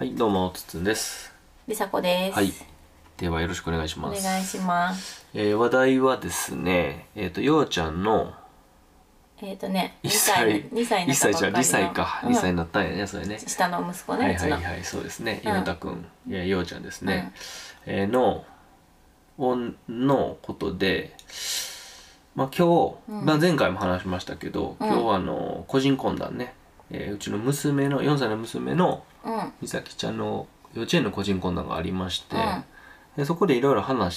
はい、どうも、つつんです。 りさこです。 はい。では、よろしくお願いします。 お願いします。 話題はですね、ようちゃんの 2 1 歳に、 歳、 2歳にな 1歳じゃ2 ったばっかりの、 歳か、2歳になったんやね、それね。 下の息子ね、 はいうちの。 はいはい、そうですね。 うん。 ゆうたくん、ようちゃんですね。のことで、まあ今日、まあ前回も話しましたけど、今日は個人懇談ね、うちの娘の、4歳の娘のみさきちゃんの幼稚園の個人懇談がありまして、でそこでいろいろ話して、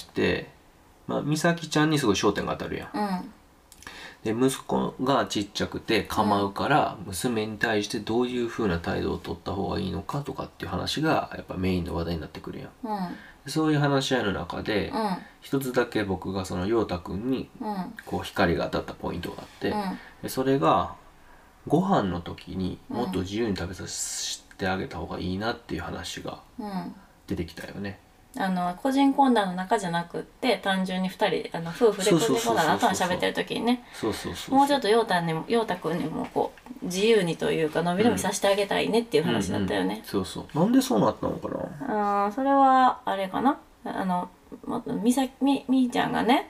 まあ、美咲ちゃんにすごい焦点が当たるやん。で息子がちっちゃくて構うから、娘に対してどういう風な態度を取った方がいいのかとかっていう話がやっぱメインの話題になってくるやん。そういう話し合いの中で、一つだけ僕がその陽太くんにこう光が当たったポイントがあって、でそれがご飯の時にもっと自由に食べさせてあげた方がいいなっていう話が出てきたよね。 個人懇談の中じゃなくって単純に2人夫婦で個人懇談の後に喋ってる時にね、もうちょっと陽太くんにもこう自由にというかのびのびさせてあげたいねっていう話だったよね。 そうそう。なんでそうなったのかな。 それはあれかな、みーちゃんがね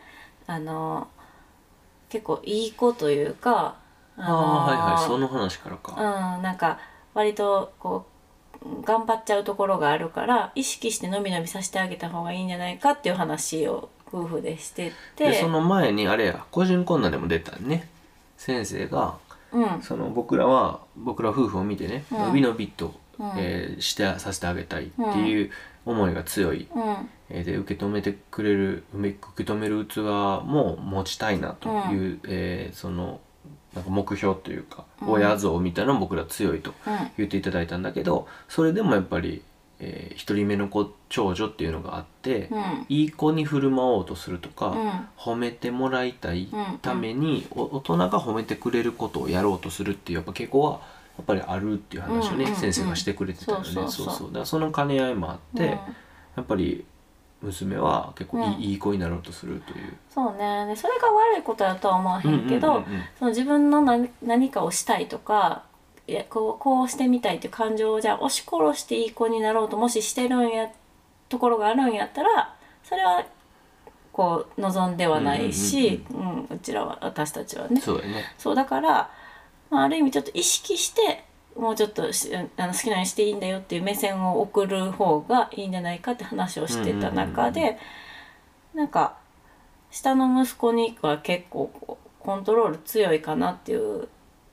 結構いい子というか、 はいはい、その話からか。 なんか割とこう頑張っちゃうところがあるから意識してのびのびさせてあげた方がいいんじゃないかっていう話を夫婦でしてて、 でその前にあれや個人懇談でも出たね、先生が、その僕ら夫婦を見てね、のびのびと、させてあげたいっていう思いが強い、で受け止める器も持ちたいなという、そのなんか目標というか、親像みたいなのも僕ら強いと言っていただいたんだけど、それでもやっぱり、一人目の長女っていうのがあって、いい子に振る舞おうとするとか、褒めてもらいたいために、大人が褒めてくれることをやろうとするっていうやっぱ傾向はやっぱりあるっていう話をね、先生がしてくれてたよね。そうそう。だからその兼ね合いもあって、やっぱり娘は結構いい子になろうとするという。 そうね。でそれが悪いことだとは思わへんけど、その自分の何かをしたいとかこうしてみたいっていう感情をじゃあ押し殺していい子になろうともししてるところがあるんやったら、それはこう望んではないし、私たちはね。 そうだね。 そうだから、ある意味ちょっと意識してもうちょっと好きなようにしていいんだよっていう目線を送る方がいいんじゃないかって話をしてた中で、なんか下の息子には結構コントロール強いかなっていう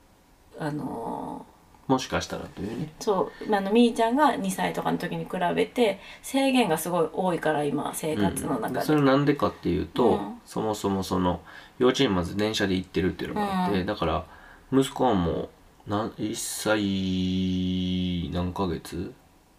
もしかしたらというね。 そうみーちゃんが2歳とかの時に比べて制限がすごい多いから今生活の中で、 それなんでかっていうと、そもそもその幼稚園まず電車で行ってるっていうのがあって、だから息子はもう1歳何ヶ月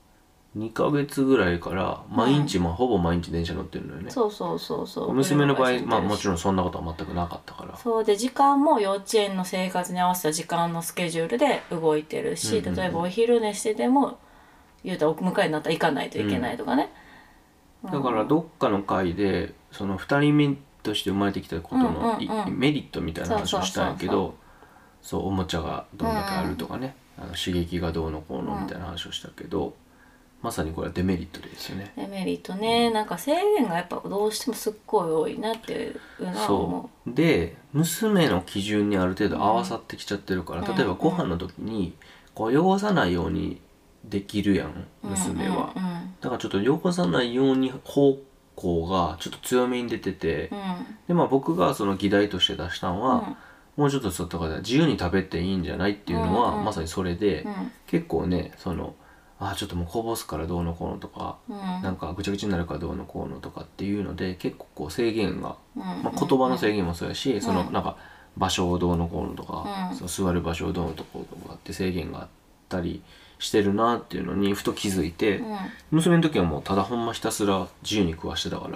2ヶ月ぐらいから毎日、ほぼ毎日電車乗ってるのよね。 そう娘の場合もちろんそんなことは全くなかったから。 そうで時間も幼稚園の生活に合わせた時間のスケジュールで動いてるし、例えばお昼寝してても言うたらお迎えになったら行かないといけないとかね、 だからどっかの回でその2人目として生まれてきたことのメリットみたいな話をしたんやけど、そうおもちゃがどんだけあるとかね、刺激がどうのこうのみたいな話をしたけど、まさにこれはデメリットですよね。 デメリットね、なんか制限がやっぱどうしてもすっごい多いなっていうのは思う。 そうで娘の基準にある程度合わさってきちゃってるから、例えばご飯の時にこう汚さないようにできるやん娘は、だからちょっと汚さないように方向がちょっと強めに出てて、で僕がその議題として出したのは、もうちょっと外から自由に食べていいんじゃないっていうのは、まさにそれで、結構ねそのちょっともうこぼすからどうのこうのとか、なんかぐちゃぐちゃになるからどうのこうのとかっていうので結構こう制限が、言葉の制限もそうやし、そのなんか場所をどうのこうのとか、その座る場所をどうのとこうとかって制限があったりしてるなっていうのにふと気づいて、娘の時はもうただほんまひたすら自由に食わしてたから、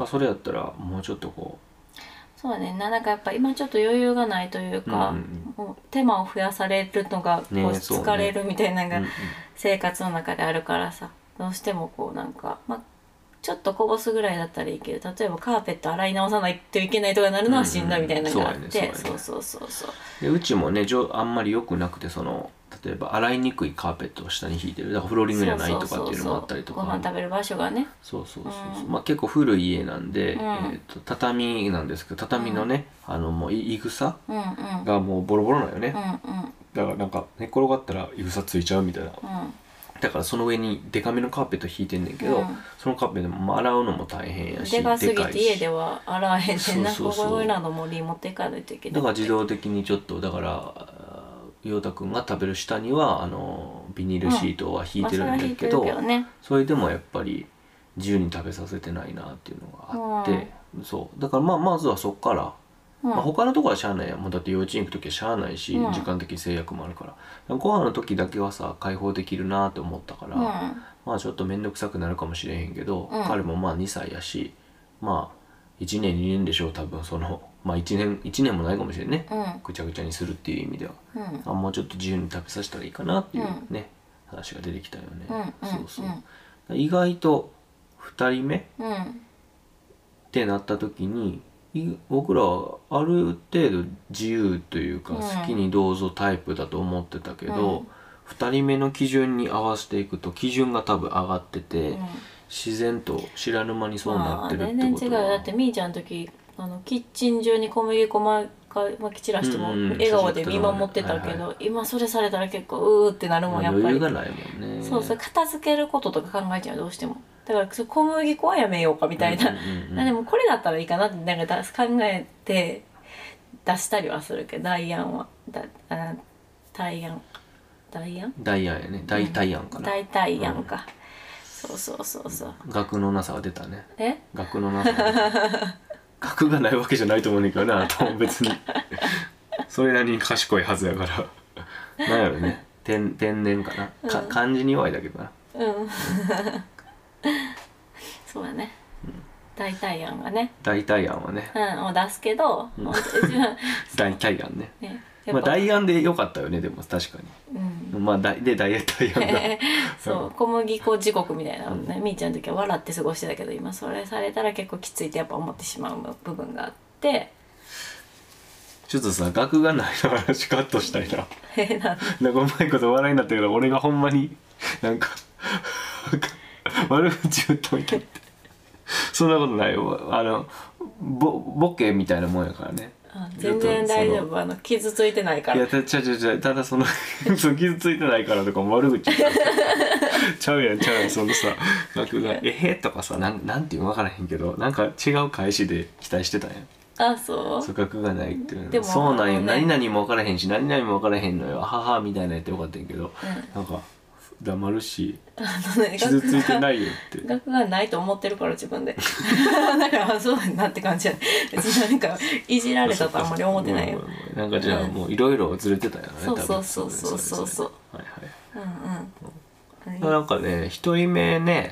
それやったらもうちょっとこう。 そうね、なんかやっぱ今ちょっと余裕がないというか、もう手間を増やされるのがこう疲れるみたいなのが生活の中であるからさ、どうしてもこうなんか、ちょっとこぼすぐらいだったらいいけど、例えばカーペット洗い直さないといけないとかなるのはしんどいみたいなのがあって、そうでうちもねあんまり良くなくて、その例えば洗いにくいカーペットを下に引いてる、だからフローリングじゃないとかっていうのもあったりとか、 ご飯食べる場所がね、 そうそうそうそう、まあ結構古い家なんで、畳なんですけど、畳のね、もういぐさがもうボロボロなんよね、だからなんか寝っ転がったらいぐさついちゃうみたいな、だからその上にデカめのカーペット引いてんねんけど、そのカーペットも洗うのも大変やし、 でかすぎて家では洗えへんねんな、ここなのも持っていかないといけない。 だから自動的にちょっとだから陽太くんが食べる下にはビニールシートは引いてるんだけど、それでもやっぱり自由に食べさせてないなっていうのがあって、そうだからまずはそっから、他のところはしゃあないやん、もうだって幼稚園行く時はしゃあないし、時間的制約もあるから、ご飯の時だけはさ解放できるなって思ったから、まあちょっと面倒くさくなるかもしれへんけど、彼もまあ2歳やし、まあ1年2年でしょう多分、まあ1年もないかもしれんね、ぐちゃぐちゃにするっていう意味では、もうちょっと自由に食べさせたらいいかなっていうね、話が出てきたよね。そうそう、意外と2人目ってなった時に僕らはある程度自由というか、好きにどうぞタイプだと思ってたけど、2人目の基準に合わせていくと基準が多分上がってて、自然と知らぬ間にそうなってるってことは、 全然違う。だってみーちゃんの時キッチン中に小麦粉まき散らしても笑顔で見守ってたけど、今それされたら結構うーってなるもん、やっぱり余裕がないもんね。 そうそう、片付けることとか考えちゃう、どうしても。だから小麦粉はやめようかみたいな、でもこれだったらいいかなってなんか考えて出したりはするけど、ダイアンやね、大体案かな、 大体案か、そうそうそうそう、 学のなさが出たね。学のなさ学がないわけじゃないと思うねんけどな、と別にそれなりに賢いはずやからなんやろね、天然かな、漢字に弱いだけどな。 そうだね、大体案がね、 大体案はね、 を出すけど、 大体案ね、まあ大案でよかったよね、でも確かに、まあで大体案がそう小麦粉地獄みたいなね、みーちゃんの時は笑って過ごしてたけど、今それされたら結構きついってやっぱ思ってしまう部分があって、 ちょっとさ、学がないの話カットしたいな。なんかうまいこと笑いになったけど、俺がほんまになんか悪口言っといてってそんなことないよ、ボケみたいなもんやからね。 全然大丈夫、傷ついてないから。 いやただ傷ついてないからとかも悪口言ってちゃうやんそのさ、学がとかさ、なんていうの分からへんけど、なんか違う返しで期待してたんやん。 そう学がないっていうの。でもそうなんよ、何々も分からへんし何々も分からへんのよ、はみたいなやってよかったんやけど、なんか黙るし傷ついてないよって学がないと思ってるから自分でだからそうだなって感じやね。別になんかいじられたとあんまり思ってないよ。 なんかじゃあもういろいろずれてたよね。 そうはいはい。なんかね、一人目ね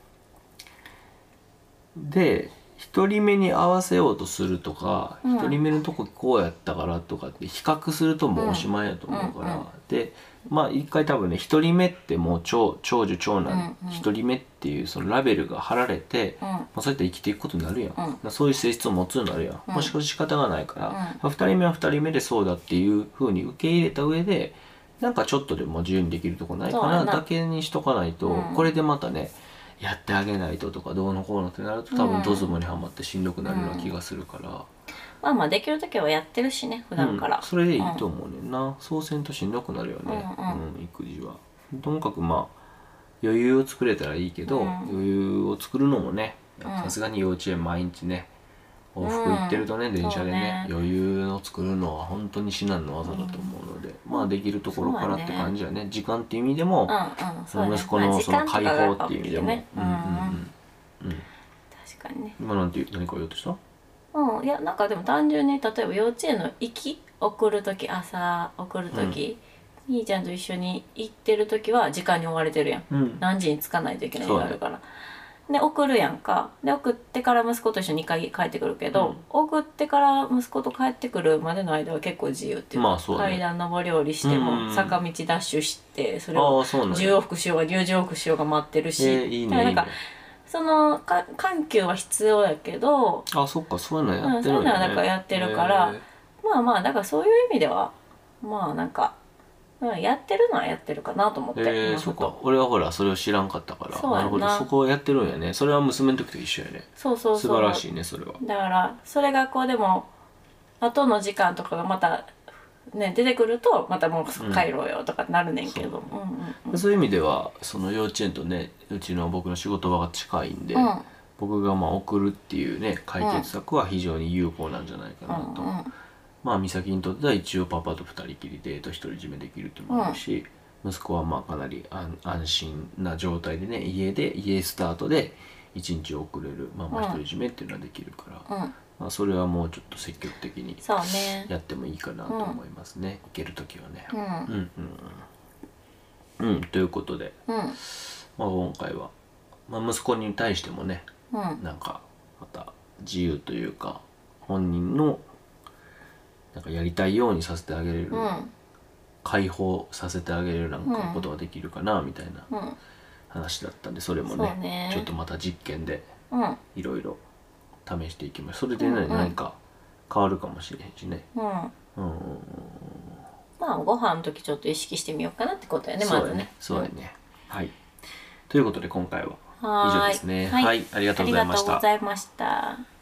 で一人目に合わせようとするとか、一人目のとここうやったからとかって比較するともうおしまいやと思うから、でまあ一回多分ね、一人目ってもう長女長男一人目っていうそのラベルが貼られて、そうやって生きていくことになるやん、そういう性質を持つようになるやん、もしかし仕方がないから、二人目は二人目でそうだっていう風に受け入れた上で、なんかちょっとでも自由にできるとこないかなだけにしとかないと、これでまたねやってあげないととかどうのこうのってなると多分ドズボにはまってしんどくなるような気がするから、 まあできる時はやってるしね、普段から、 それでいいと思うねんな。そうせんとしんどくなるよね、育児は。ともかくまあ余裕を作れたらいいけど、余裕を作るのもね、さすがに幼稚園毎日ね往復行ってるとね、電車でね余裕を作るのは本当に至難の技だと思うので、まあできるところからって感じやね。時間っていう意味でも、息子のその解放っていう意味でも、 確かにね。 今何か言おうとした？ いやなんかでも単純に例えば幼稚園の送る時、朝送る時、みーちゃんと一緒に行ってる時は時間に追われてるやん、何時に着かないといけないのがあるから、で送るやんか。で送ってから息子と一緒に2回帰ってくるけど、送ってから息子と帰ってくるまでの間は結構自由っていうか、階段上り下りしても坂道ダッシュして、それを10往復しようが10往復しようが待ってるし、だからなんかその緩急は必要やけど、 そっか、そういうのやってるよね。 そういうのはなんかやってるから、まあだからそういう意味ではまあなんかやってるのはやってるかなと思って。 そうか。俺はほらそれを知らんかったから。なるほど、そこをやってるんやね。それは娘の時と一緒やね。 そうそうそう。 素晴らしいね、それは。 だからそれがこうでも後の時間とかがまたね出てくるとまたもう帰ろうよとかなるねんけど、 そういう意味ではその幼稚園とね、うちの僕の仕事場が近いんで、僕がまあ送るっていうね解決策は非常に有効なんじゃないかなと。まあ美咲にとっては一応パパと二人きりで独り占めできるっていうのもあるし、息子はまあかなり安心な状態でね、家スタートで一日を送れるママ独り占めっていうのはできるから、まあそれはもうちょっと積極的にやってもいいかなと思いますね、行ける時はね。ということで、まあ今回は、まあ、息子に対してもね、なんかまた自由というか本人のなんかやりたいようにさせてあげれる、解放させてあげれるなんかことができるかなみたいな話だったんで、それもねちょっとまた実験でいろいろ試していきます。それで何か変わるかもしれへんしね。まあご飯の時ちょっと意識してみようかなってことやね、まずね。 そうやね。はい。ということで今回は以上ですね。はい、ありがとうございました。 ありがとうございました。